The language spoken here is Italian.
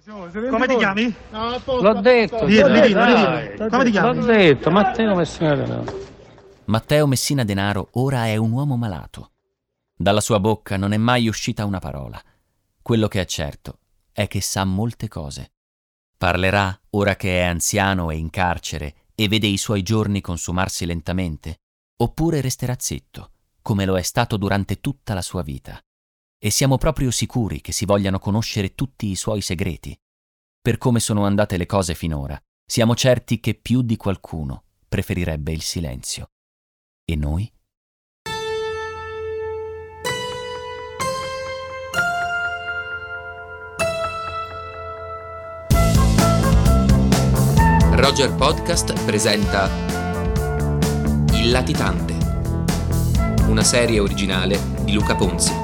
Come ti chiami? L'ho detto. Dillo. Come ti chiami? L'ho detto, Matteo Messina Denaro. Matteo Messina Denaro ora è un uomo malato. Dalla sua bocca non è mai uscita una parola. Quello che è certo è che sa molte cose. Parlerà ora che è anziano e in carcere e vede i suoi giorni consumarsi lentamente, oppure resterà zitto, come lo è stato durante tutta la sua vita. E siamo proprio sicuri che si vogliano conoscere tutti i suoi segreti. Per come sono andate le cose finora, siamo certi che più di qualcuno preferirebbe il silenzio. E noi? Roger Podcast presenta Il Latitante, una serie originale di Luca Ponzi.